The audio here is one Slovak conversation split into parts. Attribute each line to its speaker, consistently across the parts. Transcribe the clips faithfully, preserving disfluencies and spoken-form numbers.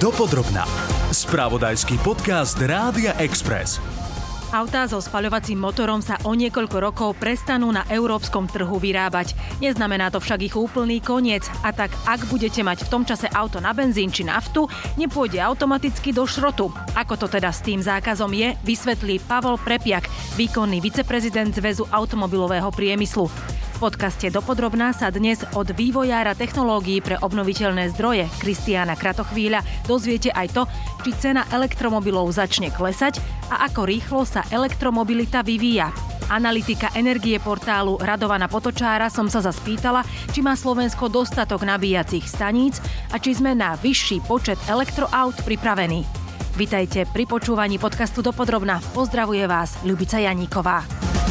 Speaker 1: Dopodrobná. Spravodajský podcast Rádia Express.
Speaker 2: Autá so spaľovacím motorom sa o niekoľko rokov prestanú na európskom trhu vyrábať. Neznamená to však ich úplný koniec. A tak, ak budete mať v tom čase auto na benzín či naftu, nepôjde automaticky do šrotu. Ako to teda s tým zákazom je, vysvetlí Pavol Prepiak, výkonný viceprezident Zväzu automobilového priemyslu. V podcaste Dopodrobná sa dnes od vývojára technológií pre obnoviteľné zdroje Kristiána Kratochvíľa dozviete aj to, či cena elektromobilov začne klesať a ako rýchlo sa elektromobilita vyvíja. Analytika energie portálu Radovana Potočára som sa zaspýtala, či má Slovensko dostatok nabíjacích staníc a či sme na vyšší počet elektroaut pripravení. Vitajte pri počúvaní podcastu Dopodrobná. Pozdravuje vás Ľubica Janíková.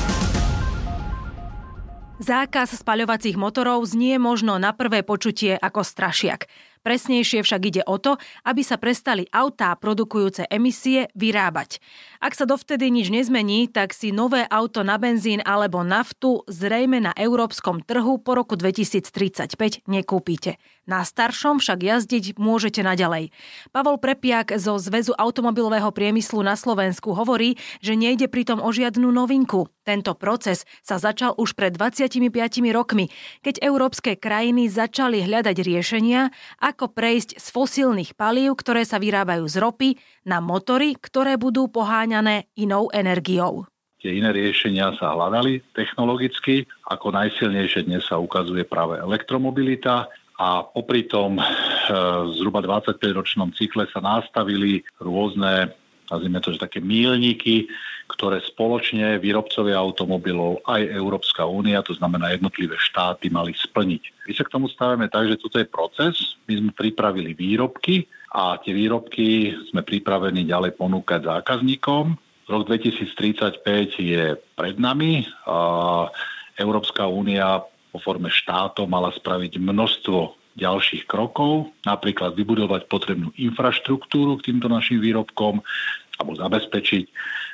Speaker 2: Zákaz spaľovacích motorov znie možno na prvé počutie ako strašiak. Presnejšie však ide o to, aby sa prestali autá produkujúce emisie vyrábať. Ak sa dovtedy nič nezmení, tak si nové auto na benzín alebo naftu zrejme na európskom trhu po roku dvetisíctridsaťpäť nekúpite. Na staršom však jazdiť môžete naďalej. Pavol Prepiak zo Zväzu automobilového priemyslu na Slovensku hovorí, že nejde pritom o žiadnu novinku. Tento proces sa začal už pred dvadsiatimi piatimi rokmi, keď európske krajiny začali hľadať riešenia, ako prejsť z fosílnych palív, ktoré sa vyrábajú z ropy, na motory, ktoré budú poháňané inou energiou.
Speaker 3: Tie iné riešenia sa hľadali technologicky. Ako najsilnejšie dnes sa ukazuje práve elektromobilita a popri tom e, zhruba dvadsaťpäťročnom cykle sa nastavili rôzne, nazvime to, že také míľniky, ktoré spoločne výrobcovia automobilov aj Európska únia, to znamená jednotlivé štáty, mali splniť. My sa k tomu stavíme tak, že toto je proces. My sme pripravili výrobky a tie výrobky sme pripravení ďalej ponúkať zákazníkom. Rok dvetisíctridsaťpäť je pred nami a Európska únia po forme štátov mala spraviť množstvo ďalších krokov, napríklad vybudovať potrebnú infraštruktúru k týmto našim výrobkom alebo zabezpečiť,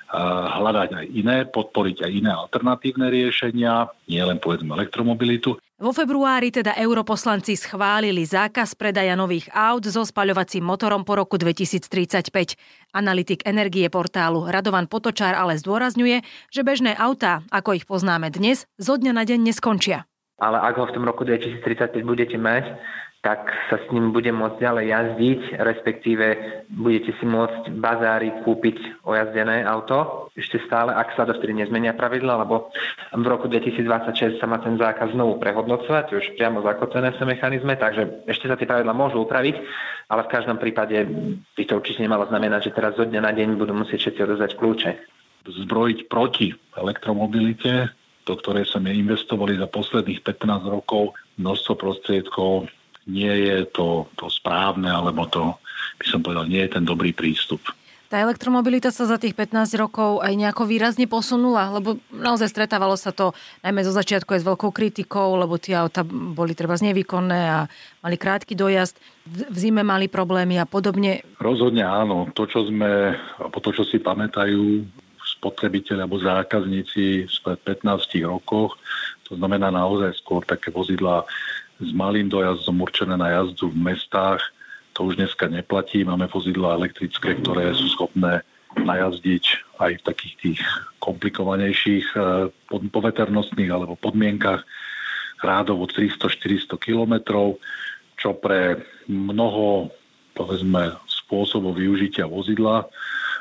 Speaker 3: hľadať aj iné, podporiť aj iné alternatívne riešenia, nie len povedzme elektromobilitu.
Speaker 2: Vo februári teda europoslanci schválili zákaz predaja nových aut so spaľovacím motorom po roku dvetisíctridsaťpäť. Analytik energie portálu Radovan Potočár ale zdôrazňuje, že bežné autá, ako ich poznáme dnes, zo dňa na deň neskončia.
Speaker 4: Ale ak ho v tom roku dvetisíctridsaťpäť budete mať, tak sa s ním bude môcť ďalej jazdiť, respektíve budete si môcť v bazári kúpiť ojazdené auto. Ešte stále, ak sa dovtedy nezmenia pravidla, lebo v roku dvetisícdvadsaťšesť sa má ten zákaz znovu prehodnocovať, už priamo zakotvené v mechanizme, takže ešte sa tie pravidla môžu upraviť, ale v každom prípade by to určite nemalo znamenať, že teraz zo dňa na deň budú musieť všetci odozdať kľúče.
Speaker 3: Zbrojiť proti elektromobilite, do ktorej sme investovali za posledných pätnásť rokov množstvo prostriedkov, nie je to, to správne, alebo to, by som povedal, nie je ten dobrý prístup.
Speaker 2: Tá elektromobilita sa za tých pätnásť rokov aj nejako výrazne posunula, lebo naozaj stretávalo sa to najmä zo začiatku aj s veľkou kritikou, lebo tie auta boli treba nevýkonné a mali krátky dojazd, v zime mali problémy a podobne.
Speaker 3: Rozhodne áno. To, čo sme, alebo to, čo si pamätajú spotrebiteľi alebo zákazníci spred pätnástich rokoch, to znamená naozaj skôr také vozidlá s malým dojazdom určené na jazdu v mestách. To už dneska neplatí. Máme vozidlá elektrické, ktoré sú schopné najazdiť aj v takých tých komplikovanejších poveternostných alebo podmienkach rádov od tristo až štyristo kilometrov, čo pre mnoho, povedzme, spôsobov využitia vozidla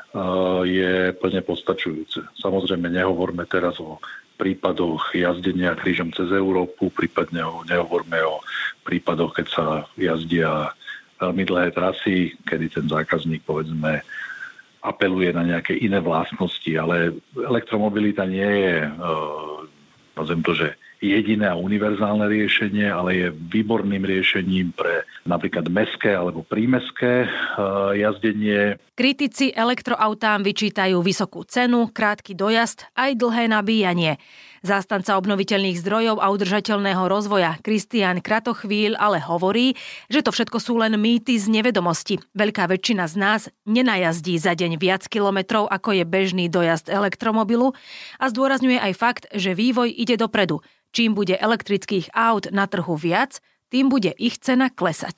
Speaker 3: je plne postačujúce. Samozrejme, nehovorme teraz o prípadoch jazdenia krížom cez Európu, prípadne o, nehovorme o prípadoch, keď sa jazdia veľmi dlhé trasy, kedy ten zákazník, povedzme, apeluje na nejaké iné vlastnosti, ale elektromobilita nie je, povedzme to, že jediné a univerzálne riešenie, ale je výborným riešením pre napríklad mestské alebo prímestské jazdenie.
Speaker 2: Kritici elektroautám vyčítajú vysokú cenu, krátky dojazd aj dlhé nabíjanie. Zástanca obnoviteľných zdrojov a udržateľného rozvoja Kristián Kratochvíľ ale hovorí, že to všetko sú len mýty z nevedomosti. Veľká väčšina z nás nenajazdí za deň viac kilometrov, ako je bežný dojazd elektromobilu a zdôrazňuje aj fakt, že vývoj ide dopredu. Čím bude elektrických aut na trhu viac, tým bude ich cena klesať.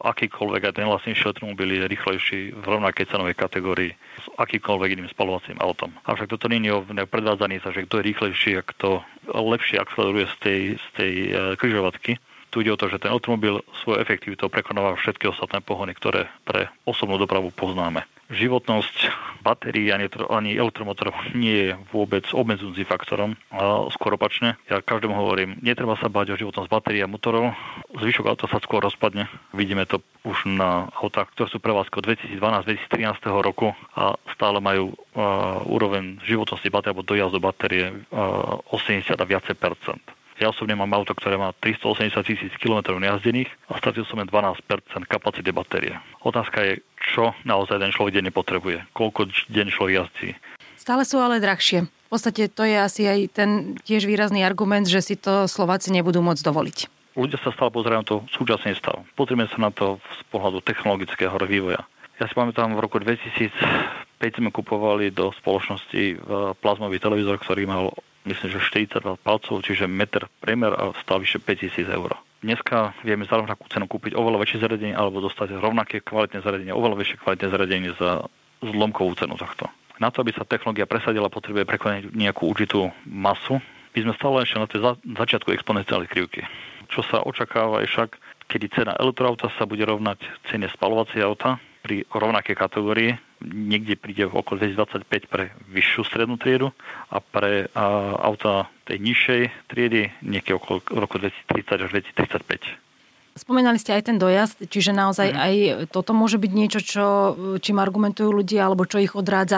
Speaker 5: akýkoľvek aj ten lacnejší elektromobil je rýchlejší v rovnakej cenovej kategórii s akýmkoľvek iným spaľovacím autom. Avšak toto nie je o predvádzaní sa, že kto je rýchlejší a kto lepšie akceleruje z tej, z tej križovatky. Tu ide o to, že ten automobil svojou efektivitou prekonáva všetky ostatné pohony, ktoré pre osobnú dopravu poznáme. Životnosť batérií ani, ani elektromotorov nie je vôbec obmedzujúcim faktorom. A skôr opačne. Ja každému hovorím, netreba sa báť o životnosť batérií a motorov. Zvyšok auta sa skôr rozpadne. Vidíme to už na autách, ktoré sú prevádzkou dvetisícdvanásť dvetisíctrinásť roku a stále majú uh, úroveň životnosti batérie alebo dojazdu batérie uh, osemdesiat a viacej percent. Ja osobne mám auto, ktoré má tristoosemdesiat tisíc kilometrov najazdených a stratil som len dvanásť percent kapacity batérie. Otázka je, čo naozaj ten človek denne potrebuje, koľko deň človek jazdí.
Speaker 2: Stále sú ale drahšie. V podstate to je asi aj ten tiež výrazný argument, že si to Slováci nebudú môcť dovoliť.
Speaker 5: Ľudia sa stále pozerajú na to súčasný stav. Pozrieme sa na to z pohľadu technologického vývoja. Ja si pamätám, v roku dvetisícpäť sme kupovali do spoločnosti plazmový televízor, ktorý mal, myslím, že štyridsaťdva palcov, čiže meter priemer a stál vyše päťtisíc eur. Dneska vieme za rovnakú cenu kúpiť oveľa väčšie zariadenie alebo dostať rovnaké kvalitné zariadenie, oveľa väčšie kvalitné zariadenie za zlomkovú cenu tohto. Na to, aby sa technológia presadila, potrebuje prekonať nejakú určitú masu. My sme stále ešte na tej začiatku exponenciálnej krivky. Čo sa očakáva je však, kedy cena elektroauta sa bude rovnať cene spaľovacie auta pri rovnakej kategórii. Niekde príde v okolo dvetisícdvadsaťpäť pre vyššiu strednú triedu a pre a, auta tej nižšej triedy niekde okolo roku dvetisíctridsať až dvetisíctridsaťpäť.
Speaker 2: Spomínali ste aj ten dojazd, čiže naozaj mm. aj toto môže byť niečo, čo, čím argumentujú ľudia, alebo čo ich odrádza,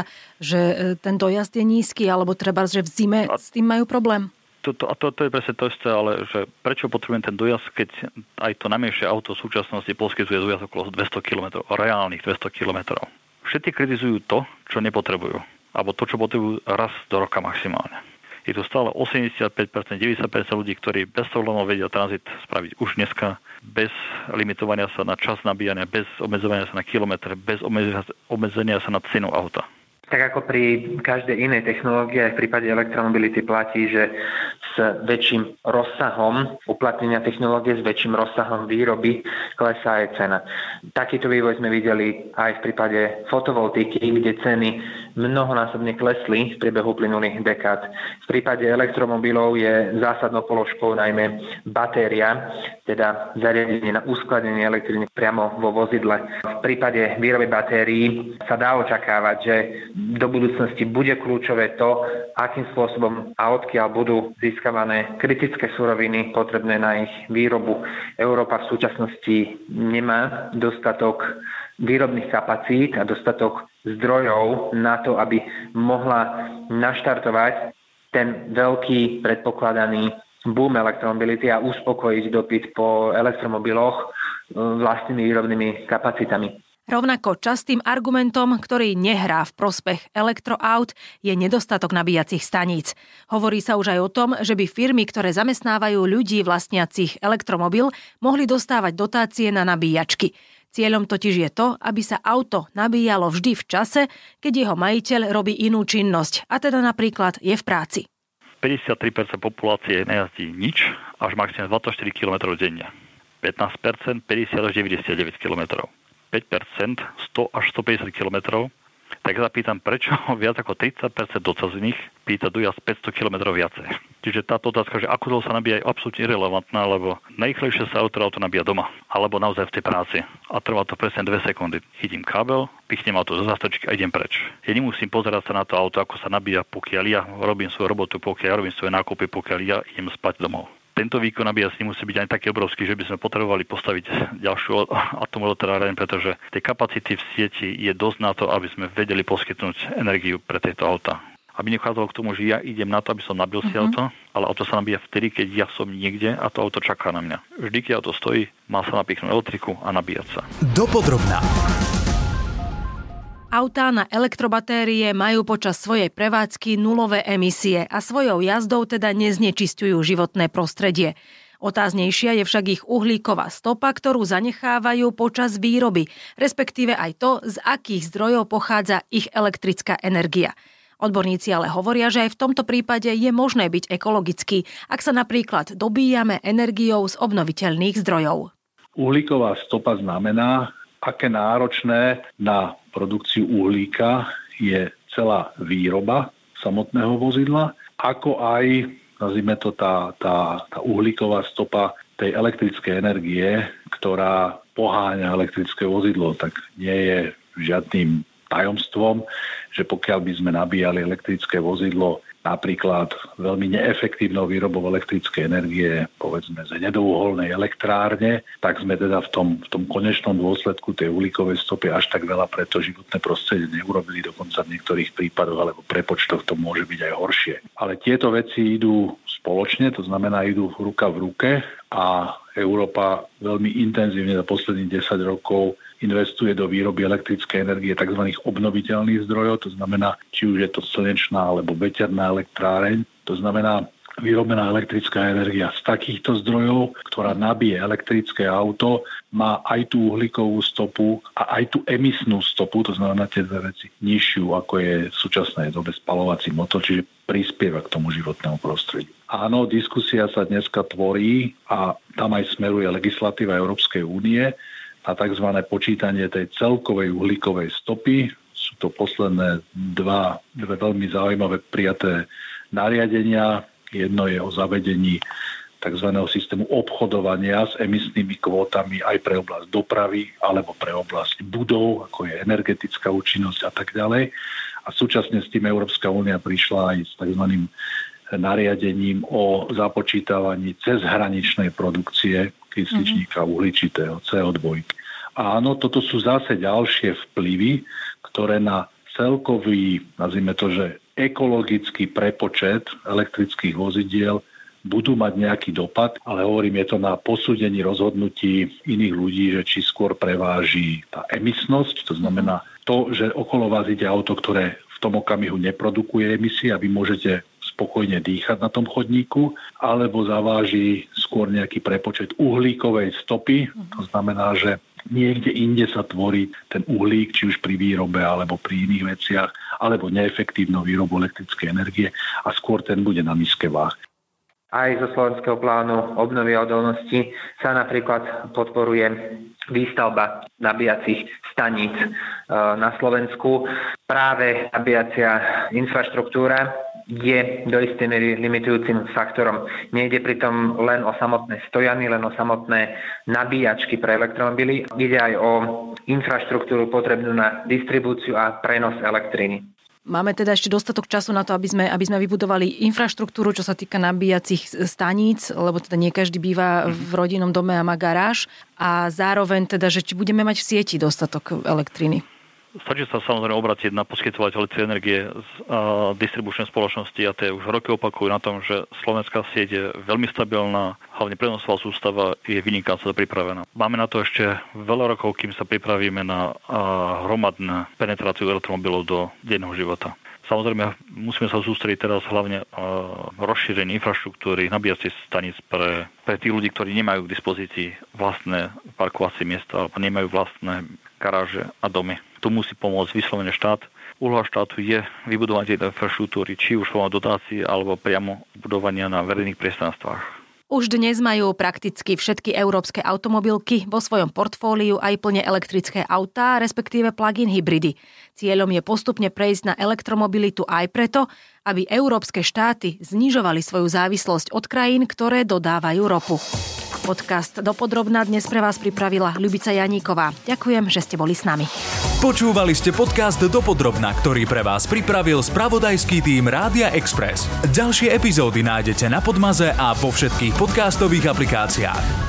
Speaker 2: že ten dojazd je nízky, alebo treba, že v zime a s tým majú problém?
Speaker 5: To, to, a to, to je presne to isté, ale že prečo potrebujem ten dojazd, keď aj to najmenšie auto v súčasnosti poskytuje dojazd okolo dvesto kilometrov, reálnych dvesto kilometrov. Všetci kritizujú to, čo nepotrebujú, alebo to, čo potrebujú raz do roka maximálne. Je tu stále osemdesiatpäť percent, deväťdesiat percent ľudí, ktorí bez problémov vedia tranzit spraviť už dneska, bez limitovania sa na čas nabíjania, bez obmedzovania sa na kilometr, bez obmedzenia sa na cenu auta.
Speaker 4: Tak ako pri každej inej technológii, aj v prípade elektromobility platí, že s väčším rozsahom uplatnenia technológie, s väčším rozsahom výroby klesá aj cena. Takýto vývoj sme videli aj v prípade fotovoltiky, kde ceny mnohonásobne klesli v priebehu uplynulých dekád. V prípade elektromobilov je zásadnou položkou najmä batéria, teda zariadenie na uskladnenie elektriny priamo vo vozidle. V prípade výroby batérií sa dá očakávať, že do budúcnosti bude kľúčové to, akým spôsobom a odkiaľ budú získavané kritické suroviny potrebné na ich výrobu. Európa v súčasnosti nemá dostatok výrobných kapacít a dostatok zdrojov na to, aby mohla naštartovať ten veľký predpokladaný boom elektromobility a uspokojiť dopyt po elektromobiloch vlastnými výrobnými kapacitami.
Speaker 2: Rovnako častým argumentom, ktorý nehrá v prospech elektroaut, je nedostatok nabíjacích staníc. Hovorí sa už aj o tom, že by firmy, ktoré zamestnávajú ľudí vlastniacich elektromobil, mohli dostávať dotácie na nabíjačky. Cieľom totiž je to, aby sa auto nabíjalo vždy v čase, keď jeho majiteľ robí inú činnosť, a teda napríklad je v práci.
Speaker 5: päťdesiattri percent populácie nejazdí nič, až maximálne dvadsaťštyri kilometrov denne. pätnásť percent päťdesiat až deväťdesiatdeväť kilometrov. päť percent sto až stopäťdesiat kilometrov, tak sa pýtam, prečo viac ako tridsať percent dotazených pýta dojazd päťsto kilometrov viacej. Čiže táto otázka, že ako dlho sa nabíja, je absolútne irelevantná, lebo najrýchlejšie sa auto, auto nabíja doma, alebo naozaj v tej práci. A trvá to presne dve sekundy. Chytím kábel, pichnem auto zo zastrčky a idem preč. Ja nemusím pozerať sa na to auto, ako sa nabíja, pokiaľ ja robím svoju robotu, pokiaľ ja robím svoje nákupy, pokiaľ ja idem spať domov. Tento výkon nabíjací musí byť aj taký obrovský, že by sme potrebovali postaviť ďalšiu atomovú elektráreň, pretože tej kapacity v sieti je dosť na to, aby sme vedeli poskytnúť energiu pre tieto auta. Aby nechádzalo k tomu, že ja idem na to, aby som nabil si mm-hmm. auto, ale auto sa nabíja vtedy, keď ja som niekde a to auto čaká na mňa. Vždy, keď auto stojí, má sa napichnúť elektriku a nabíjať sa.
Speaker 1: Dopodrobná.
Speaker 2: Autá na elektrobatérie majú počas svojej prevádzky nulové emisie a svojou jazdou teda neznečisťujú životné prostredie. Otáznejšia je však ich uhlíková stopa, ktorú zanechávajú počas výroby, respektíve aj to, z akých zdrojov pochádza ich elektrická energia. Odborníci ale hovoria, že aj v tomto prípade je možné byť ekologický, ak sa napríklad dobíjame energiou z obnoviteľných zdrojov.
Speaker 3: Uhlíková stopa znamená, aké náročné na produkciu uhlíka je celá výroba samotného vozidla, ako aj, nazvime to, tá, tá, tá uhlíková stopa tej elektrickej energie, ktorá poháňa elektrické vozidlo. Tak nie je žiadnym tajomstvom, že pokiaľ by sme nabíjali elektrické vozidlo napríklad veľmi neefektívnou výrobou elektrickej energie, povedzme z nedouholnej elektrárne, tak sme teda v tom, v tom konečnom dôsledku tej uhlíkovej stopy až tak veľa pre to životné prostredie neurobili, dokonca v niektorých prípadoch alebo prepočtoch to môže byť aj horšie. Ale tieto veci idú spoločne, to znamená idú ruka v ruke a Európa veľmi intenzívne za posledných desať rokov investuje do výroby elektrickej energie tzv. Obnoviteľných zdrojov, to znamená, či už je to slnečná alebo veterná elektráreň, to znamená vyrobená elektrická energia z takýchto zdrojov, ktorá nabije elektrické auto, má aj tú uhlíkovú stopu a aj tú emisnú stopu, to znamená tie dve veci, nižšiu, ako je v súčasnej dobe spalovací motor, čiže prispieva k tomu životnému prostrediu. Áno, diskusia sa dneska tvorí a tam aj smeruje legislatíva Európskej únie, a tzv. Počítanie tej celkovej uhlíkovej stopy. Sú to posledné dva, dve veľmi zaujímavé prijaté nariadenia. Jedno je o zavedení tzv. Systému obchodovania s emisnými kvótami aj pre oblasť dopravy alebo pre oblasť budov, ako je energetická účinnosť a tak ďalej. A súčasne s tým Európska únia prišla aj s tzv. Nariadením o započítavaní cezhraničnej produkcie kysličníka uhličitého, cé ó dva. Áno, toto sú zase ďalšie vplyvy, ktoré na celkový, nazvime to, že ekologický prepočet elektrických vozidiel budú mať nejaký dopad, ale hovorím, je to na posúdení rozhodnutí iných ľudí, že či skôr preváži tá emisnosť, to znamená to, že okolo vás ide auto, ktoré v tom okamihu neprodukuje emisie a vy môžete spokojne dýchať na tom chodníku, alebo zaváži skôr nejaký prepočet uhlíkovej stopy. To znamená, že niekde inde sa tvorí ten uhlík, či už pri výrobe, alebo pri iných veciach, alebo neefektívnou výrobu elektrickej energie a skôr ten bude na nízke váh.
Speaker 4: Aj zo slovenského plánu obnovy a odolnosti sa napríklad podporuje výstavba nabíjacích staníc na Slovensku. Práve nabíjacia infraštruktúra je do istej miery limitujúcim faktorom. Nejde pritom len o samotné stojany, len o samotné nabíjačky pre elektromobily. Ide aj o infraštruktúru potrebnú na distribúciu a prenos elektriny.
Speaker 2: Máme teda ešte dostatok času na to, aby sme, aby sme vybudovali infraštruktúru, čo sa týka nabíjacích staníc, lebo teda nie každý býva v rodinnom dome a má garáž. A zároveň teda, že či budeme mať v sieti dostatok elektriny.
Speaker 5: Stačí sa samozrejme obrátiť na poskytovateľov energie z a, distribučnej spoločnosti a tie už roky opakujú na tom, že slovenská sieť je veľmi stabilná, hlavne prenosová sústava je vynikajúco pripravená. Máme na to ešte veľa rokov, kým sa pripravíme na a, hromadnú penetráciu elektromobilov do denného života. Samozrejme, musíme sa sústrediť teraz hlavne a, rozšírenie infraštruktúry, nabíjacích staníc pre, pre tých ľudí, ktorí nemajú k dispozícii vlastné parkovacie miesta alebo nemajú vlastné garáže a domy. Tu musí pomôcť vyslovene štát. Úloha štátu je vybudovať tieto infraštruktúry, či už formou dotácií alebo priamo budovania na verejných priestranstvách.
Speaker 2: Už dnes majú prakticky všetky európske automobilky vo svojom portfóliu aj plne elektrické autá, respektíve plug-in hybridy. Cieľom je postupne prejsť na elektromobilitu aj preto, aby európske štáty znižovali svoju závislosť od krajín, ktoré dodávajú ropu. Podcast Dopodrobna dnes pre vás pripravila Ľubica Janíková. Ďakujem, že ste boli s nami.
Speaker 1: Počúvali ste podcast Dopodrobna, ktorý pre vás pripravil spravodajský tím Rádia Express. Ďalšie epizódy nájdete na Podmaze a vo všetkých podcastových aplikáciách.